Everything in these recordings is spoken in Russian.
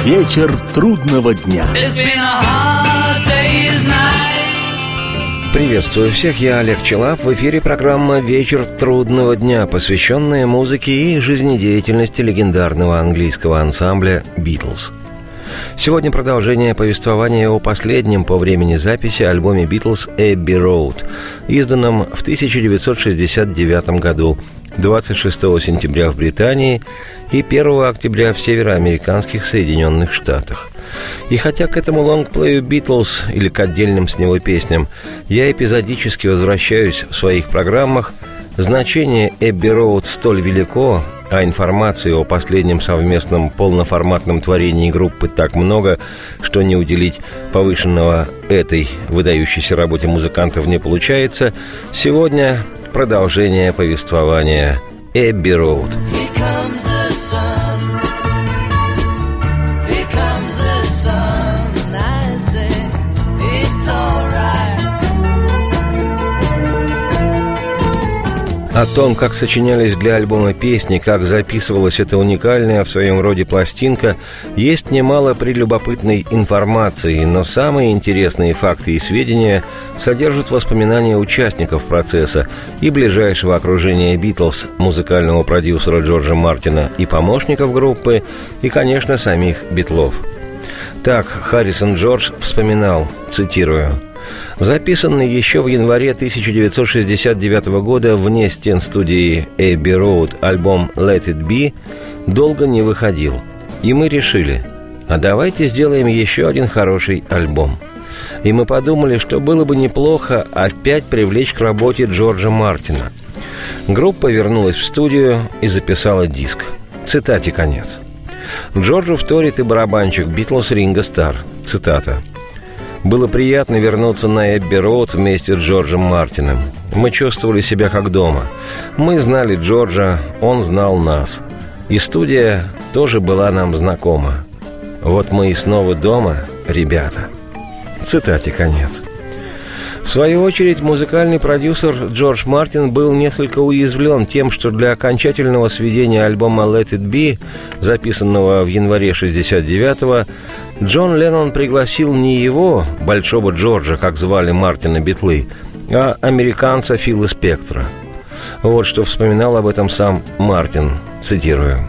Вечер трудного дня. Приветствую всех, я Олег Челап. В эфире программа «Вечер трудного дня», посвященная музыке и жизнедеятельности легендарного английского ансамбля «Битлз». Сегодня продолжение повествования о последнем по времени записи альбоме «Битлз» «Эбби Роуд», изданном в 1969 году, 26 сентября в Британии и 1 октября в североамериканских Соединенных Штатах. И хотя к этому лонгплею «Битлз» или к отдельным с него песням я эпизодически возвращаюсь в своих программах, значение «Эбби Роуд» столь велико, а информации о последнем совместном полноформатном творении группы так много, что не уделить повышенного этой выдающейся работе музыкантов не получается, сегодня продолжение повествования «Эбби Роуд». О том, как сочинялись для альбома песни, как записывалась эта уникальная в своем роде пластинка, есть немало прелюбопытной информации, но самые интересные факты и сведения содержат воспоминания участников процесса и ближайшего окружения «Битлз», музыкального продюсера Джорджа Мартина и помощников группы, и, конечно, самих «Битлов». Так Харрисон Джордж вспоминал, цитирую: «Записанный еще в январе 1969 года вне стен студии Эбби Роуд альбом «Let It Be» долго не выходил, и мы решили, а давайте сделаем еще один хороший альбом. И мы подумали, что было бы неплохо опять привлечь к работе Джорджа Мартина. Группа вернулась в студию и записала диск». Цитате конец. Джорджу вторит и барабанщик «Битлз» Ринго Стар. Цитата: «Было приятно вернуться на Эбби Роуд вместе с Джорджем Мартином. Мы чувствовали себя как дома. Мы знали Джорджа, он знал нас. И студия тоже была нам знакома. Вот мы и снова дома, ребята». Цитате конец. В свою очередь, музыкальный продюсер Джордж Мартин был несколько уязвлен тем, что для окончательного сведения альбома «Let It Be», записанного в январе 1969-го, Джон Леннон пригласил не его, Большого Джорджа, как звали Мартина Битлы, а американца Фила Спектора. Вот что вспоминал об этом сам Мартин, цитирую: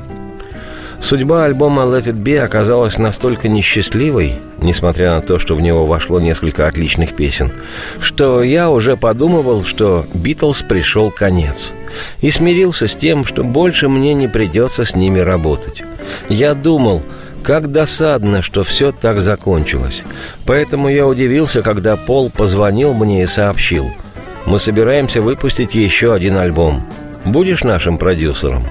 «Судьба альбома «Let It Be» оказалась настолько несчастливой, несмотря на то, что в него вошло несколько отличных песен, что я уже подумывал, что «Битлз» пришел конец, и смирился с тем, что больше мне не придется с ними работать. Я думал, как досадно, что все так закончилось. Поэтому я удивился, когда Пол позвонил мне и сообщил: мы собираемся выпустить еще один альбом. Будешь нашим продюсером?»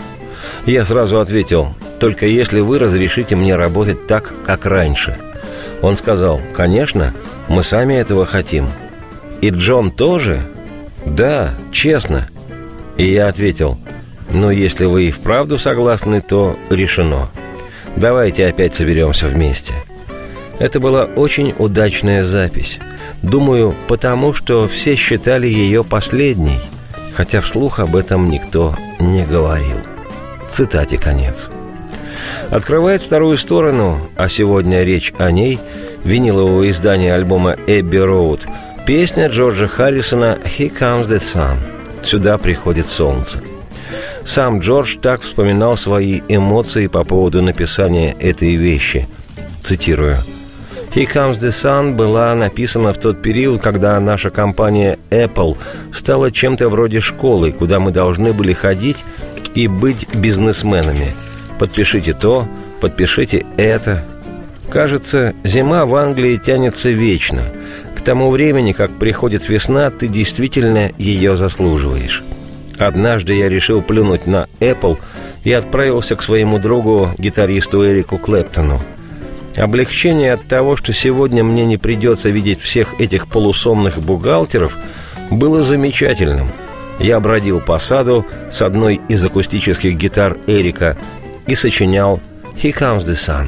Я сразу ответил: только если вы разрешите мне работать так, как раньше. Он сказал: конечно, мы сами этого хотим. И Джон тоже? Да, честно. И я ответил: ну, если вы и вправду согласны, то решено. Давайте опять соберемся вместе. Это была очень удачная запись. Думаю, потому что все считали ее последней, хотя вслух об этом никто не говорил. Цитате конец. Открывает вторую сторону, а сегодня речь о ней, винилового издания альбома «Эбби Роуд», песня Джорджа Харрисона «Here Comes the Sun» — «Сюда приходит солнце». Сам Джордж так вспоминал свои эмоции по поводу написания этой вещи. Цитирую: «Here Comes the Sun» была написана в тот период, когда наша компания Apple стала чем-то вроде школы, куда мы должны были ходить и быть бизнесменами. Подпишите то, подпишите это. Кажется, зима в Англии тянется вечно. К тому времени, как приходит весна, ты действительно ее заслуживаешь. Однажды я решил плюнуть на Apple и отправился к своему другу, гитаристу Эрику Клэптону. Облегчение от того, что сегодня мне не придется видеть всех этих полусонных бухгалтеров, было замечательным. Я бродил по саду с одной из акустических гитар Эрика и сочинял «Here Comes the Sun».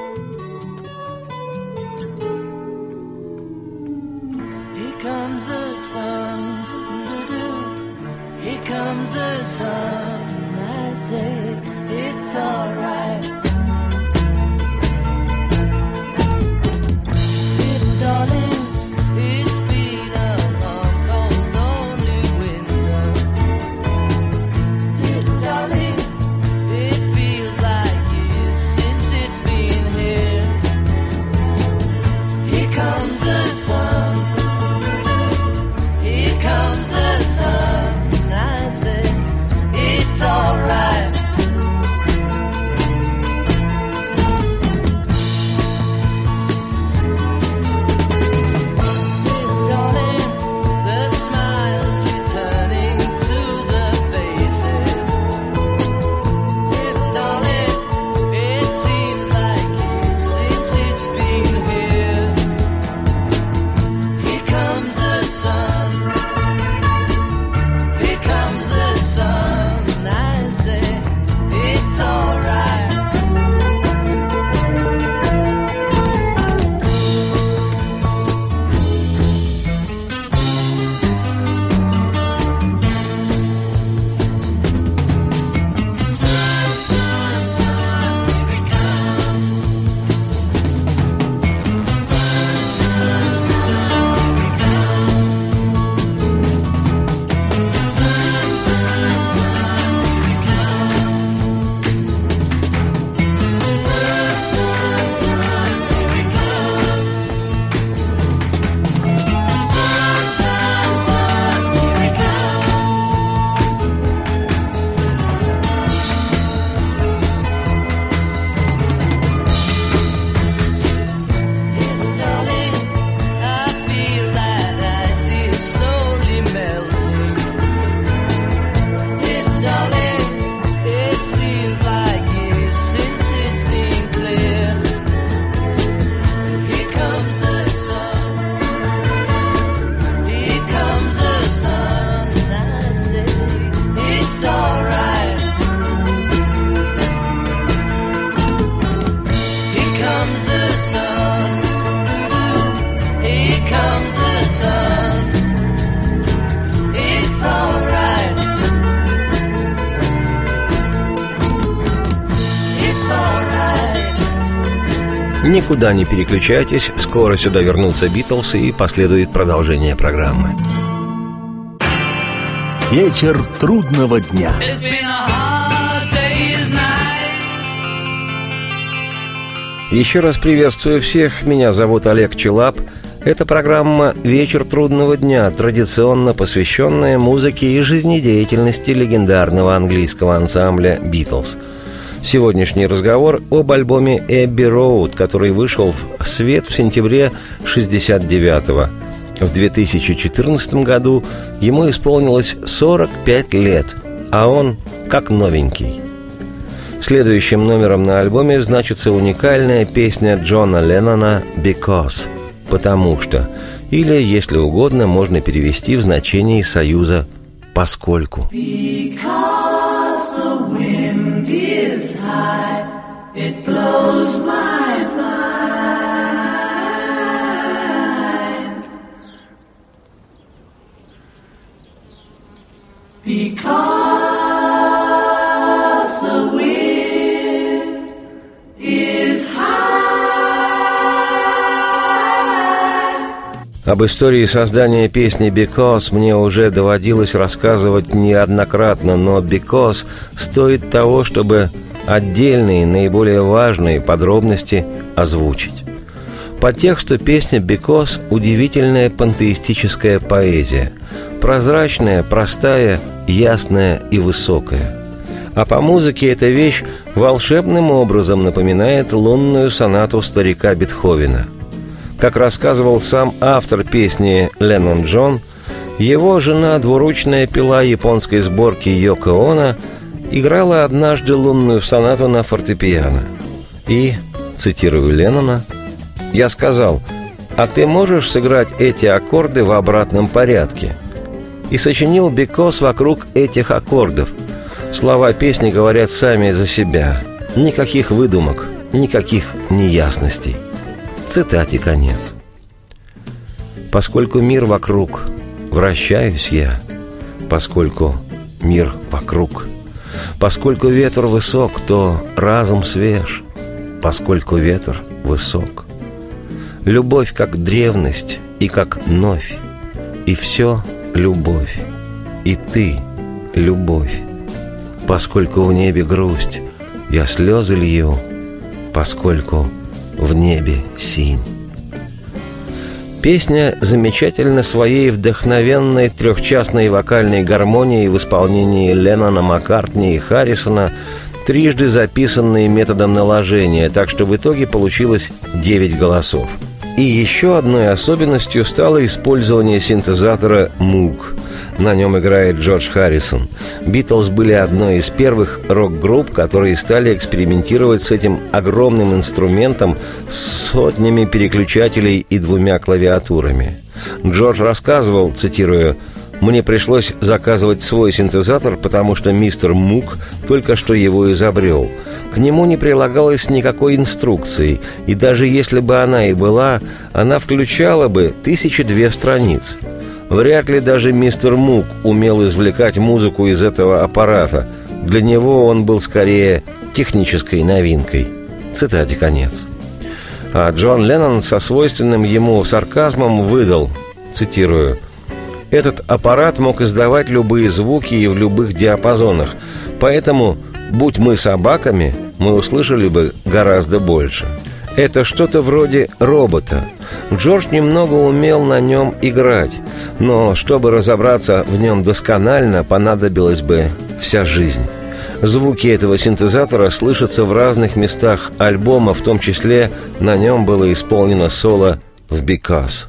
Here comes the sun. Here comes the sun. I say it's alright. Little darling, it's been a long, cold, lonely winter. Little darling, it feels like years since it's been here. Here comes the sun. Here comes the sun. I say it's alright. Никуда не переключайтесь, скоро сюда вернутся Битлз и последует продолжение программы. Вечер трудного дня. Еще раз приветствую всех, меня зовут Олег Челап. Это программа «Вечер трудного дня», традиционно посвященная музыке и жизнедеятельности легендарного английского ансамбля «Битлз». Сегодняшний разговор об альбоме «Эбби Роуд», который вышел в свет в сентябре 1969-го. В 2014 году ему исполнилось 45 лет, а он как новенький. Следующим номером на альбоме значится уникальная песня Джона Леннона «Because», «Потому что», или, если угодно, можно перевести в значении союза «поскольку». It blows my mind because the wind is high. Об истории создания песни «Because» мне уже доводилось рассказывать неоднократно, но «Because» стоит того, чтобы отдельные, наиболее важные подробности озвучить. По тексту песни «Because» удивительная пантеистическая поэзия. Прозрачная, простая, ясная и высокая. А по музыке эта вещь волшебным образом напоминает лунную сонату старика Бетховена. Как рассказывал сам автор песни Леннон Джон, его жена, двуручная пила японской сборки Йоко Оно, играла однажды лунную сонату на фортепиано. И, цитирую Леннона, «Я сказал, а ты можешь сыграть эти аккорды в обратном порядке?» И сочинил «Because» вокруг этих аккордов. Слова песни говорят сами за себя. Никаких выдумок, никаких неясностей. Цитате конец. Поскольку мир вокруг вращаюсь я, поскольку мир вокруг. Поскольку ветер высок, то разум свеж, поскольку ветер высок. Любовь как древность и как новь, и все любовь, и ты любовь. Поскольку в небе грусть, я слезы лью, поскольку в небе синь. Песня замечательна своей вдохновенной трехчастной вокальной гармонией в исполнении Леннона, Маккартни и Харрисона, трижды записанной методом наложения, так что в итоге получилось 9 голосов. И еще одной особенностью стало использование синтезатора Moog. На нем играет Джордж Харрисон. «Битлз» были одной из первых рок-групп, которые стали экспериментировать с этим огромным инструментом с сотнями переключателей и 2 клавиатурами. Джордж рассказывал, цитирую, «Мне пришлось заказывать свой синтезатор, потому что мистер Мук только что его изобрел. К нему не прилагалось никакой инструкции, и даже если бы она и была, она включала бы 1002 страниц. Вряд ли даже мистер Мук умел извлекать музыку из этого аппарата. Для него он был скорее технической новинкой». Цитате конец. А Джон Леннон со свойственным ему сарказмом выдал, цитирую, «Этот аппарат мог издавать любые звуки и в любых диапазонах, поэтому, будь мы собаками, мы услышали бы гораздо больше. Это что-то вроде робота. Джордж немного умел на нем играть, но чтобы разобраться в нем досконально, понадобилась бы вся жизнь. Звуки этого синтезатора слышатся в разных местах альбома, в том числе на нем было исполнено соло в «Because».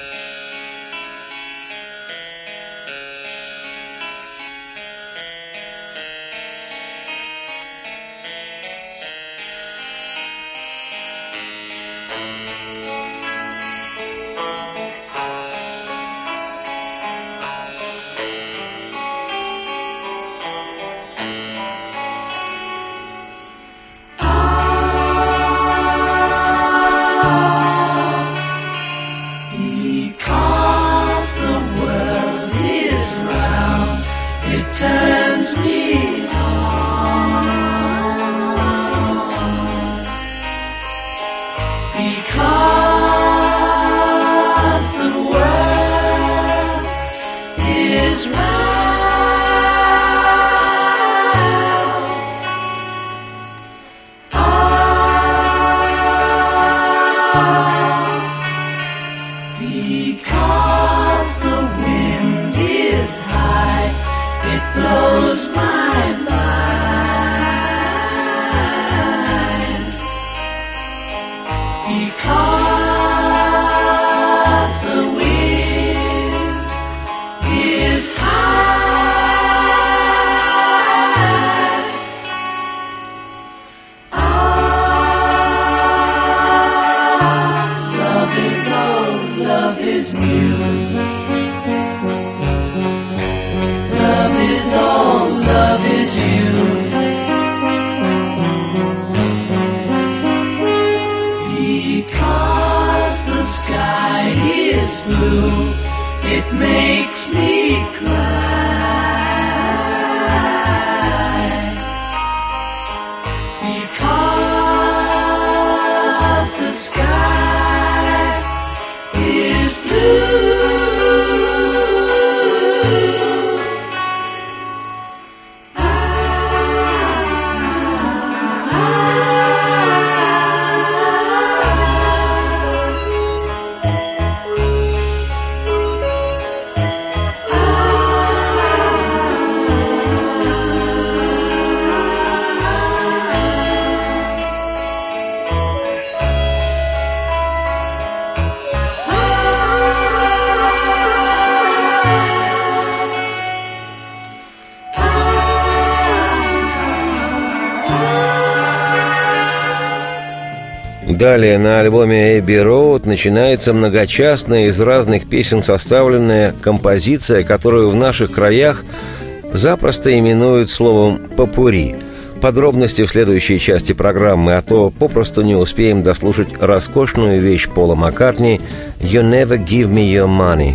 Далее на альбоме «Эбби Роуд» начинается многочастная, из разных песен составленная композиция, которую в наших краях запросто именуют словом «попурри». Подробности в следующей части программы, а то попросту не успеем дослушать роскошную вещь Пола Маккартни «You never give me your money».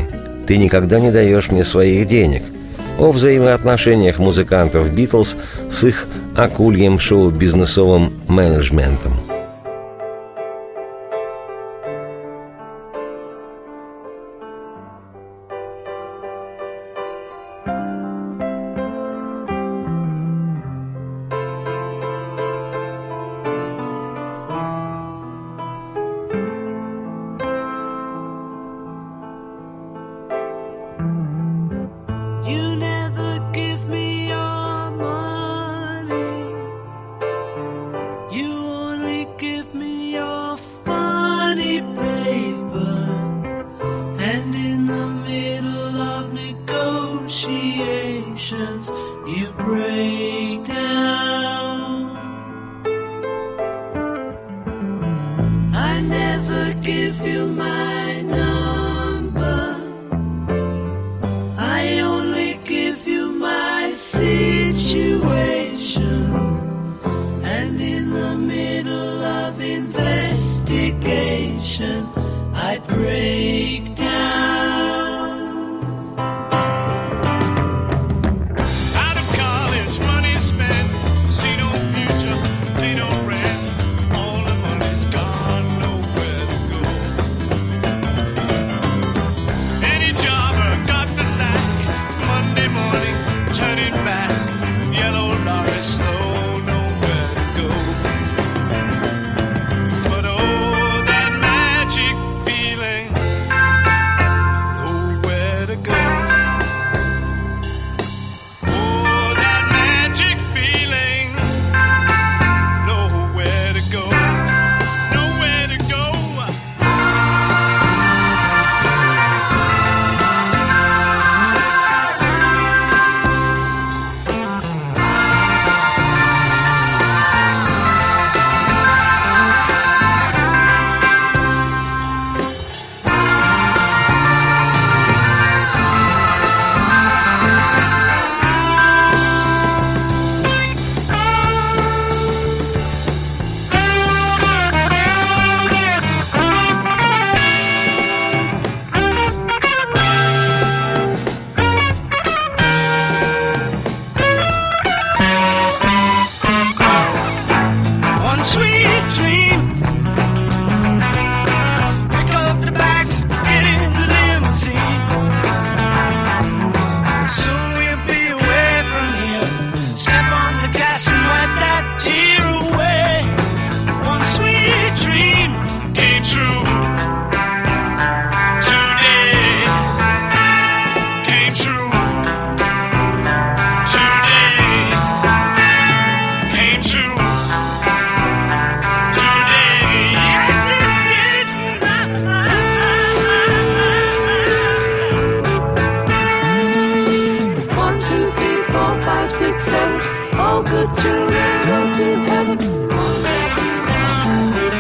«Ты никогда не даешь мне своих денег», о взаимоотношениях музыкантов «Битлз» с их акульем шоу-бизнесовым менеджментом. You never give me your money. You only give me your funny paper. And in the middle of negotiations, you break down. I never give you my number. I only give you my situation. And in the middle of investigation, I break down. Out of college, money spent, see no future, pay no rent. All the money's gone, nowhere to go. Any jobber got the sack, Monday morning, turning back. Yellow lorry, slow, nowhere to go. But oh, that magic feeling, nowhere to go. Oh, that magic feeling, nowhere to go, nowhere to go. One sweet dream. Pick up the bags, get in the limousine. Soon we'll be away from here. Step on the gas and wipe that tear away. One sweet dream came true. Today came true. Today came true. Today, yes it did. 1, 2, 3, 4, 5, 6, 7. All good children go to heaven. 1, 2, 3, 4, 5, 6,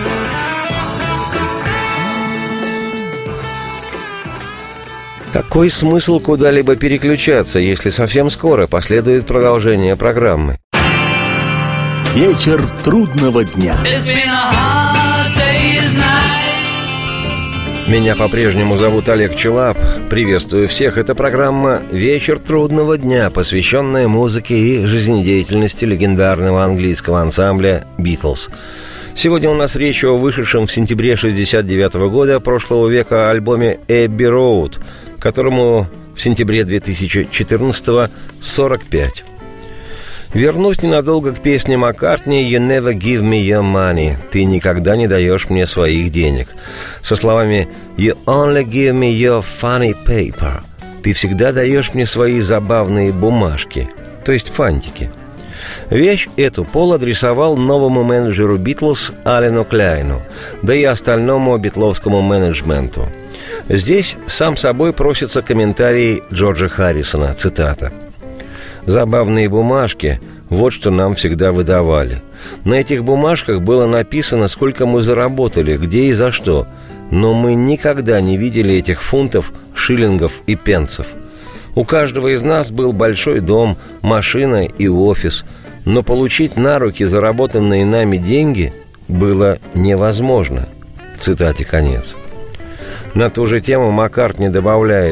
7. Какой смысл куда-либо переключаться, если совсем скоро последует продолжение программы? Вечер трудного дня. It's been a hard day's night. Меня по-прежнему зовут Олег Челап. Приветствую всех. Это программа «Вечер трудного дня», посвященная музыке и жизнедеятельности легендарного английского ансамбля «Битлз». Сегодня у нас речь о вышедшем в сентябре 1969 года прошлого века альбоме «Эбби Роуд», которому в сентябре 2014-го 45. Вернусь ненадолго к песне Маккартни «You never give me your money» – «Ты никогда не даешь мне своих денег», со словами «You only give me your funny paper» – «Ты всегда даешь мне свои забавные бумажки», то есть фантики. Вещь эту Пол адресовал новому менеджеру «Битлз» Алену Кляйну, да и остальному битловскому менеджменту. Здесь сам собой просится комментарий Джорджа Харрисона, цитата: «Забавные бумажки – вот что нам всегда выдавали. На этих бумажках было написано, сколько мы заработали, где и за что, но мы никогда не видели этих фунтов, шиллингов и пенсов. У каждого из нас был большой дом, машина и офис, но получить на руки заработанные нами деньги было невозможно». Цитате конец. На ту же тему Маккартни добавляет: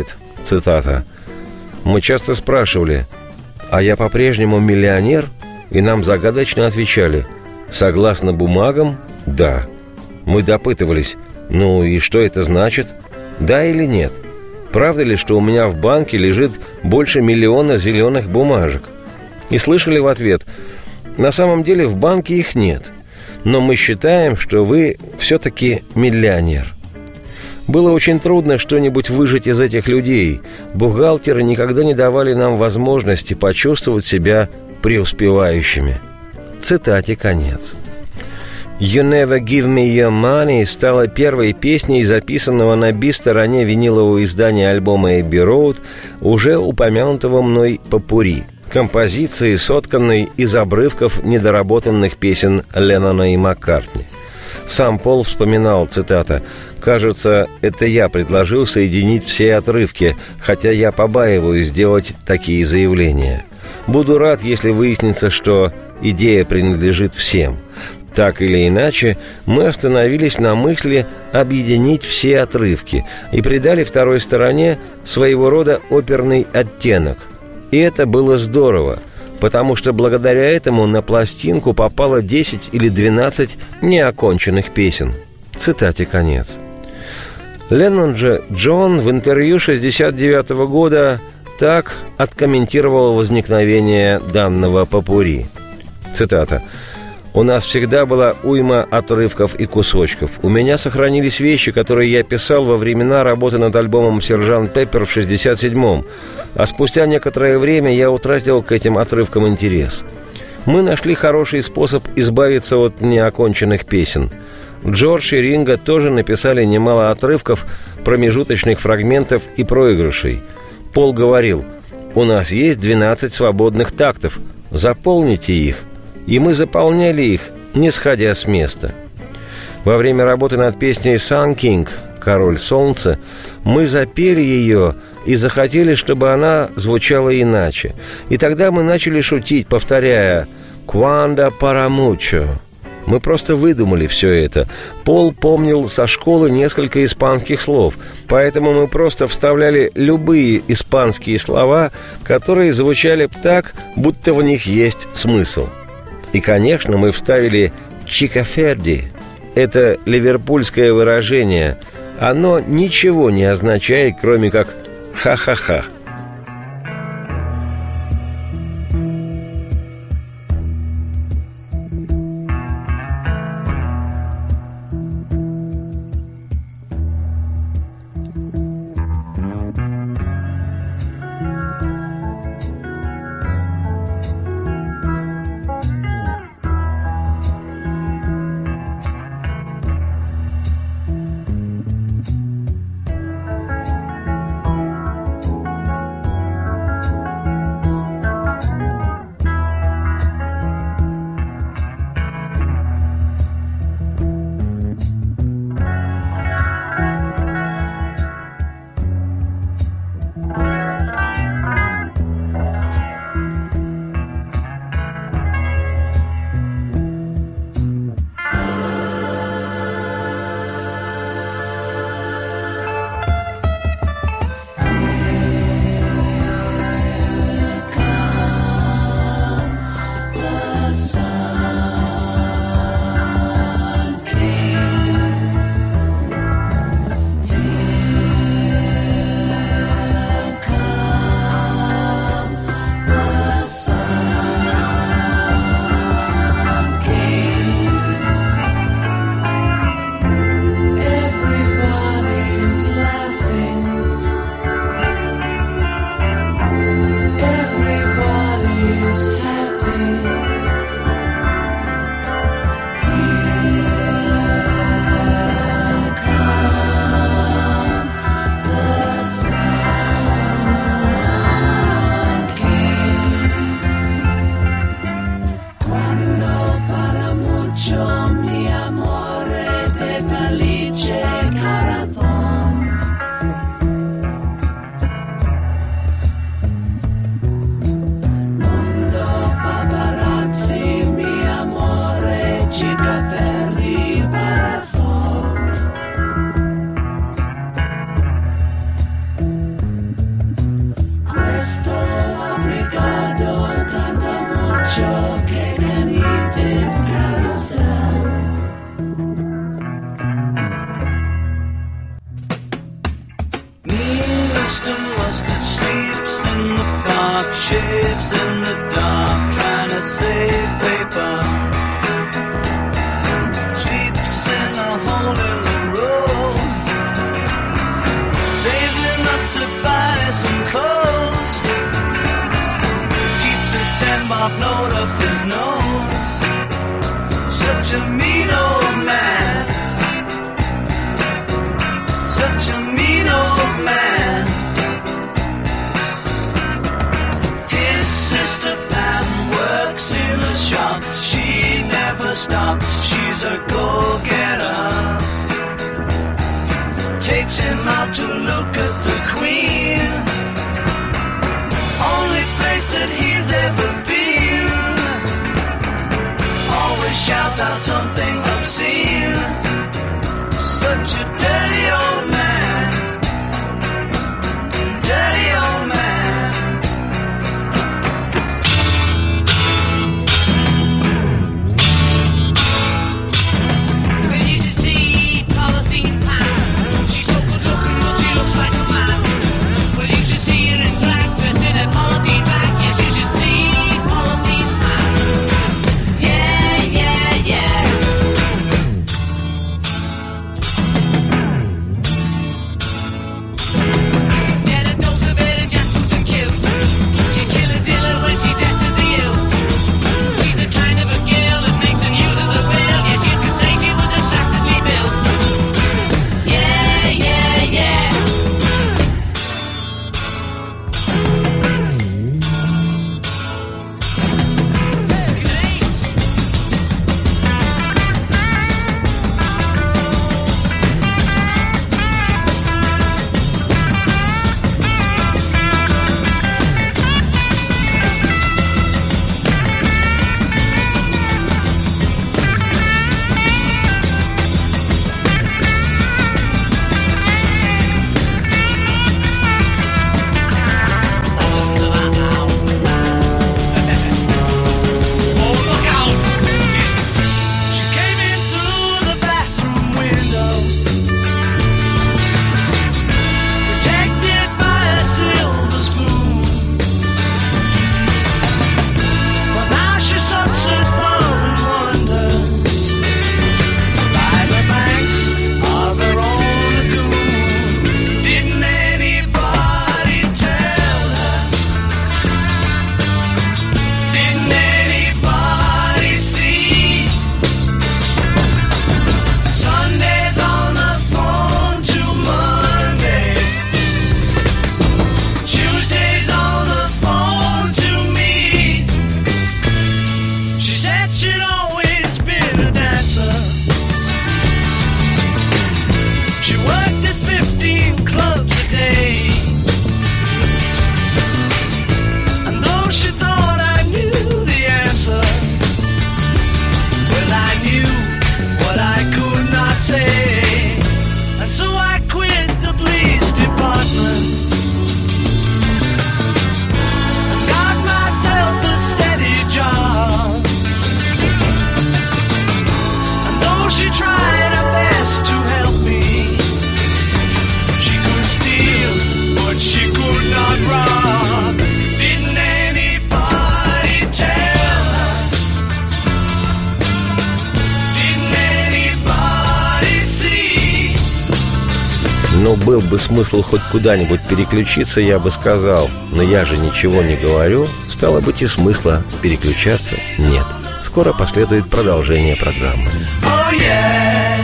Цитата. «Мы часто спрашивали, а я по-прежнему миллионер?» И нам загадочно отвечали: согласно бумагам, да. Мы допытывались: ну и что это значит? Да или нет? Правда ли, что у меня в банке лежит больше 1 миллиона зеленых бумажек? И слышали в ответ: на самом деле в банке их нет, но мы считаем, что вы все-таки миллионер. Было очень трудно что-нибудь выжать из этих людей. Бухгалтеры никогда не давали нам возможности почувствовать себя преуспевающими. Цитате конец. «You Never Give Me Your Money» стала первой песней, записанного на би-стороне винилового издания альбома Abbey Road, уже упомянутого мной попурри, композиции, сотканной из обрывков недоработанных песен Леннона и Маккартни. Сам Пол вспоминал, цитата: «Кажется, это я предложил соединить все отрывки, хотя я побаиваюсь сделать такие заявления. Буду рад, если выяснится, что идея принадлежит всем. Так или иначе, мы остановились на мысли объединить все отрывки и придали второй стороне своего рода оперный оттенок. И это было здорово, потому что благодаря этому на пластинку попало 10 или 12 неоконченных песен». Цитате конец. Леннон же Джон в интервью 1969 года так откомментировал возникновение данного попурри. Цитата. «У нас всегда была уйма отрывков и кусочков. У меня сохранились вещи, которые я писал во времена работы над альбомом «Сержант Пеппер» в 1967-м, а спустя некоторое время я утратил к этим отрывкам интерес. Мы нашли хороший способ избавиться от неоконченных песен. Джордж и Ринго тоже написали немало отрывков, промежуточных фрагментов и проигрышей. Пол говорил: у нас есть 12 свободных тактов, заполните их. И мы заполняли их, не сходя с места. Во время работы над песней «Sun King» «Король солнца» мы запели ее и захотели, чтобы она звучала иначе. И тогда мы начали шутить, повторяя «Quando para mucho». Мы просто выдумали все это. Пол помнил со школы несколько испанских слов, поэтому мы просто вставляли любые испанские слова, которые звучали так, будто в них есть смысл. И, конечно, мы вставили «чикаферди». Это ливерпульское выражение. Оно ничего не означает, кроме как «ха-ха-ха». gusto, obrigado, tanto mucho que can eat it carousel. Me, Mr. Mustard, sleeps in the park, shaves in the dark, trying to save paper. Sleeps in a hole in the road, saving up to buy some clothes. Keeps a 10-bob note up his nose. Such a mean old man. Such a mean old man. His sister Pam works in a shop. She never stops. She's a go-getter. Takes him out to look at the Queen. Only place that he's ever been. Always shouts out something obscene. Such a dirty old man. Dirty old man. Well, you should see Polythene Pam. She's so good looking, but she looks like a man. Well, you should see her in black, dressed in a polythene bag. Yes, you should see Polythene Pam. Yeah, yeah, yeah. Get a dose of it in jackets and kilts. She's killer diller when she's into the hills. She's the kind of a girl that makes an use of the veil. Yes, you can say she was attractively built. Yeah, yeah, yeah. Oh, look out! She came in through the bathroom window, protected by a silver spoon. But now she sucks her thumb and wonders by the banks of her own lagoon. Didn't anybody tell her? Didn't anybody see? Sunday's on the phone to Monday. Tuesday's on the phone to me. She said she'd always been a dancer. She worked at 15 clubs a day. And though she thought I knew the answer, well, I knew what I could not say. And so I quit the police department and got myself a steady job. And though she tried her best to help me, she could steal, but she could not rob. Didn't anybody tell her? Didn't anybody see? Ну, был бы смысл хоть куда-нибудь переключиться, я бы сказал. Но я же ничего не говорю, стало быть, и смысла переключаться нет. Скоро последует продолжение программы. Oh yeah.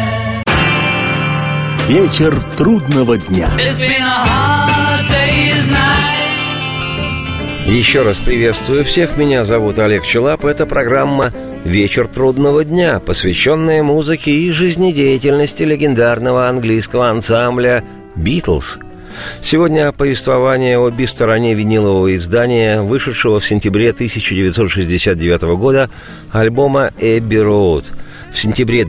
Вечер трудного дня. It's been a hard day's night. Еще раз приветствую всех, меня зовут Олег Челап. Это программа «Вечер трудного дня», посвященная музыке и жизнедеятельности легендарного английского ансамбля «Битлз». Сегодня повествование о би-стороне винилового издания, вышедшего в сентябре 1969 года альбома «Эбби Роуд». В сентябре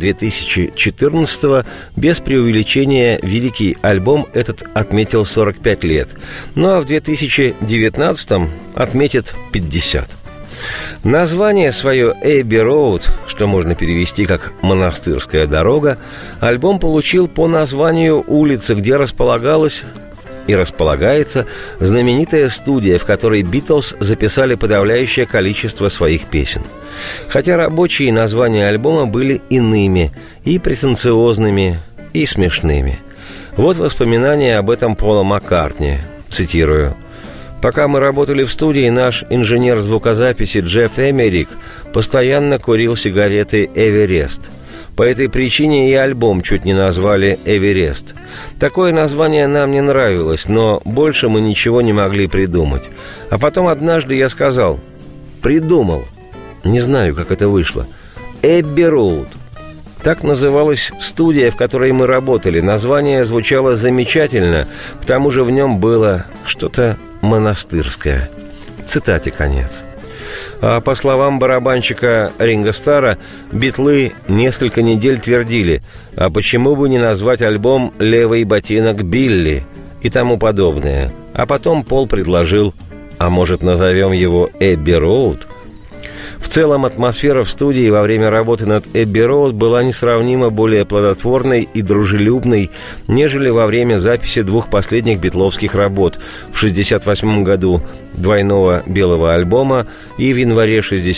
2014-го, без преувеличения, великий альбом этот отметил 45 лет. Ну а в 2019-м отметит 50. Название свое «Эбби Роуд», что можно перевести как «Монастырская дорога», альбом получил по названию улицы, где располагалась и располагается знаменитая студия, в которой «Битлз» записали подавляющее количество своих песен. Хотя рабочие названия альбома были иными, и претенциозными, и смешными. Вот воспоминания об этом Пола Маккартни, цитирую. «Пока мы работали в студии, наш инженер звукозаписи Джефф Эмерик постоянно курил сигареты «Эверест». По этой причине и альбом чуть не назвали «Эверест». Такое название нам не нравилось, но больше мы ничего не могли придумать. А потом однажды я сказал: «Придумал». Не знаю, как это вышло. «Эбби Роуд». Так называлась студия, в которой мы работали. Название звучало замечательно, к тому же в нем было что-то монастырское. Цитате конец. А по словам барабанщика Ринго Старра, битлы несколько недель твердили: а почему бы не назвать альбом «Левый ботинок Билли» и тому подобное. А потом Пол предложил: а может, назовем его «Эбби Роуд»? В целом, атмосфера в студии во время работы над «Эбби Роуд» была несравнимо более плодотворной и дружелюбной, нежели во время записи двух последних битловских работ в 1968 году двойного белого альбома и в январе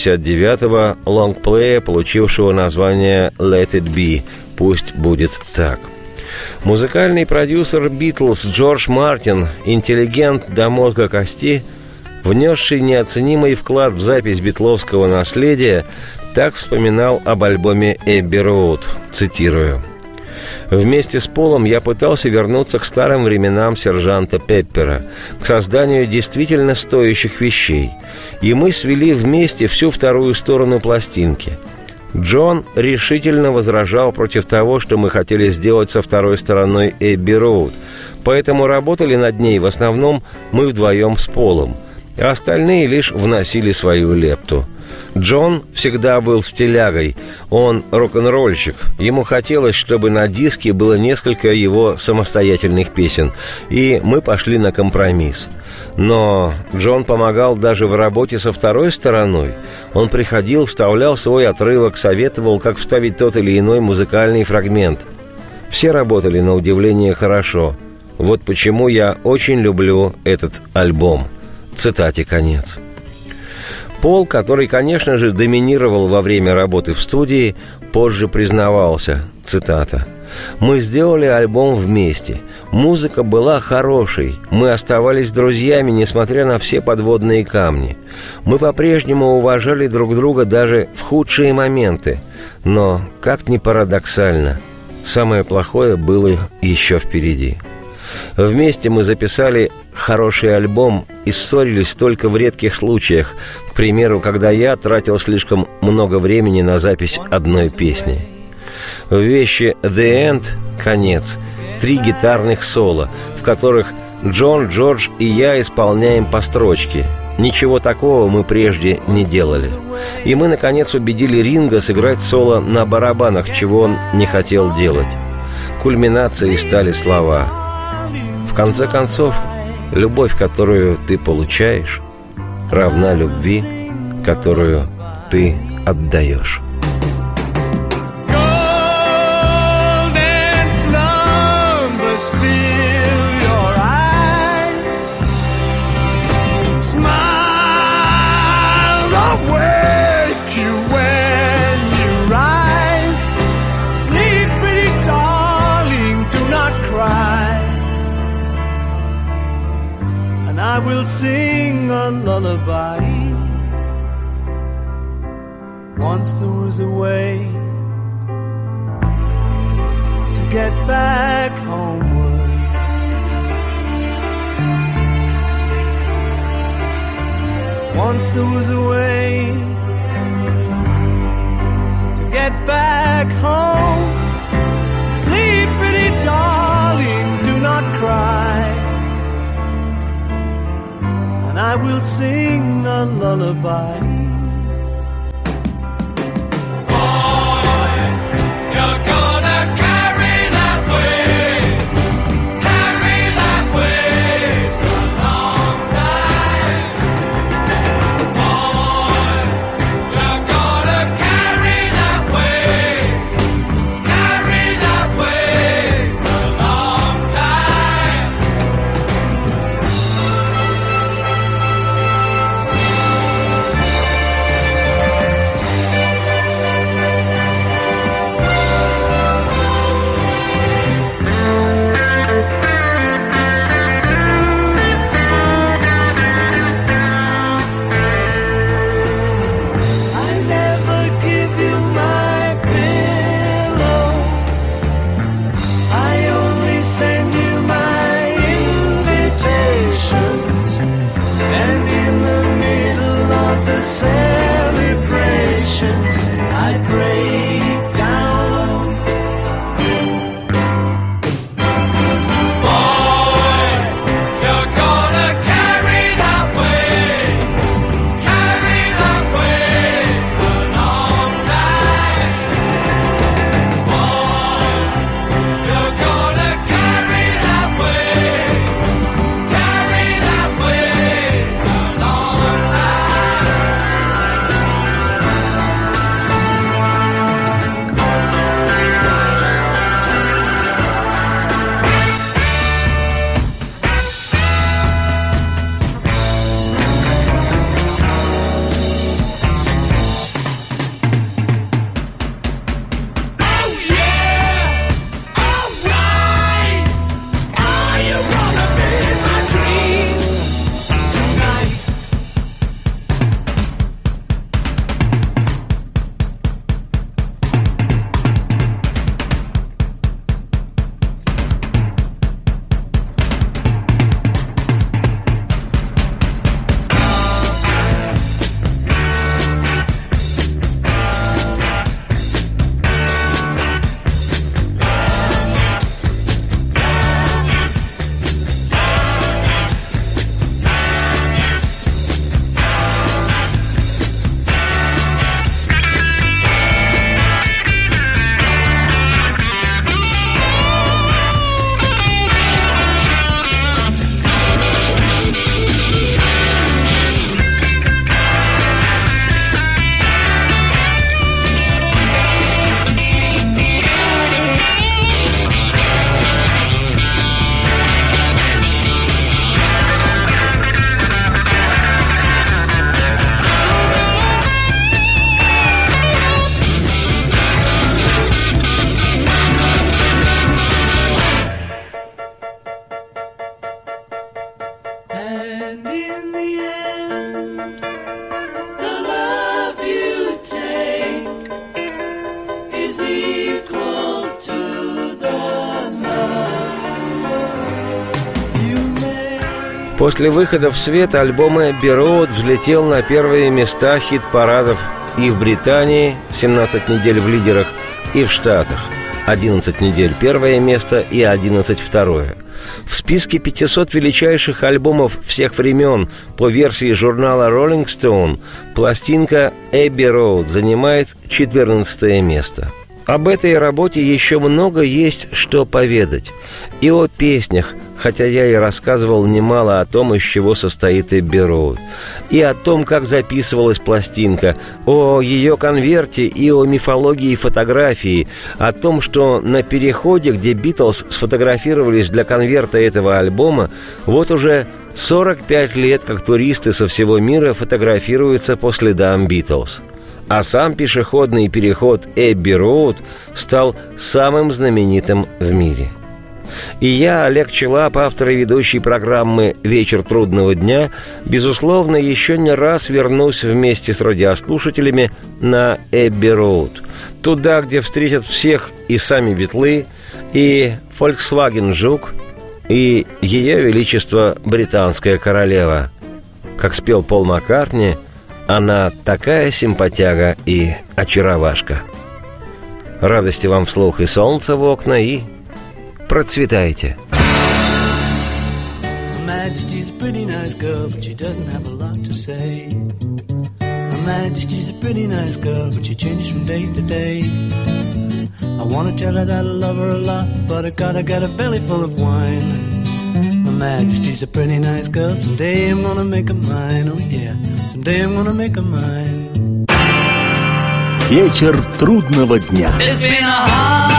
1969-го лонгплея, получившего название «Let It Be» – «Пусть будет так». Музыкальный продюсер «Битлз» Джордж Мартин, интеллигент до мозга кости, внесший неоценимый вклад в запись битловского наследия, так вспоминал об альбоме «Эбби Роуд», цитирую. «Вместе с Полом я пытался вернуться к старым временам сержанта Пеппера, к созданию действительно стоящих вещей, и мы свели вместе всю вторую сторону пластинки. Джон решительно возражал против того, что мы хотели сделать со второй стороной «Эбби Роуд», поэтому работали над ней в основном мы вдвоем с Полом, а остальные лишь вносили свою лепту. Джон всегда был стилягой, он рок-н-ролльщик. Ему хотелось, чтобы на диске было несколько его самостоятельных песен, и мы пошли на компромисс. Но Джон помогал даже в работе со второй стороной. Он приходил, вставлял свой отрывок, советовал, как вставить тот или иной музыкальный фрагмент. Все работали на удивление хорошо. Вот почему я очень люблю этот альбом». Цитате конец. Пол, который, конечно же, доминировал во время работы в студии, позже признавался, цитата: «Мы сделали альбом вместе. Музыка была хорошей. Мы оставались друзьями, несмотря на все подводные камни. Мы по-прежнему уважали друг друга даже в худшие моменты. Но, как ни парадоксально, самое плохое было еще впереди. Вместе мы записали хороший альбом и ссорились только в редких случаях, к примеру, когда я тратил слишком много времени на запись одной песни. В вещи «The End» — «Конец» 3 гитарных соло, в которых Джон, Джордж и я исполняем по строчке. Ничего такого мы прежде не делали. И мы, наконец, убедили Ринго сыграть соло на барабанах, чего он не хотел делать. Кульминацией стали слова: «В конце концов, любовь, которую ты получаешь, равна любви, которую ты отдаешь». Golden slumbers fill your eyes. Smiles awake you when you rise. Sleep, pretty darling, do not cry. And I will sing a lullaby. Once there was a way to get back homeward. Once there was a way to get back home. Sleep, pretty darling, do not cry. And I will sing a lullaby. Boy, celebrations, I break down. Boy, you're gonna carry that weight a long time. Boy, you're gonna carry that weight a long time. Oh yeah, alright. Are you gonna be my dream tonight? And in the end, the love you take is equal to the love you make. После выхода в свет альбома Abbey Road взлетел на первые места хит-парадов и в Британии, 17 недель в лидерах, и в Штатах, 11 недель первое место и 11 второе. В списке 500 величайших альбомов всех времен по версии журнала Rolling Stone пластинка Abbey Road занимает 14 место. Об этой работе еще много есть что поведать. И о песнях, хотя я и рассказывал немало о том, из чего состоит Abbey Road. И о том, как записывалась пластинка, о ее конверте и о мифологии фотографии, о том, что на переходе, где Битлз сфотографировались для конверта этого альбома, вот уже 45 лет, как туристы со всего мира фотографируются по следам Битлз. А сам пешеходный переход Abbey Road стал самым знаменитым в мире. И я, Олег Челап, автор и ведущий программы «Вечер трудного дня», безусловно, еще не раз вернусь вместе с радиослушателями на Abbey Road. Туда, где встретят всех и сами Битлы, и Volkswagen Жук, и Ее Величество Британская Королева. Как спел Пол Маккартни, она такая симпатяга и очаровашка. Радости вам вслух и солнца в окна, и процветайте. Majesty's a pretty nice girl, but she doesn't have a lot to say. Her Majesty's a pretty nice girl, but she changes from day to day. I wanna tell her that I love her a lot, but I gotta get a belly full of wine. Her Majesty's a pretty nice girl, someday I'm gonna make her mine, oh yeah, someday I'm gonna make her mine. Вечер трудного дня. It's been a hard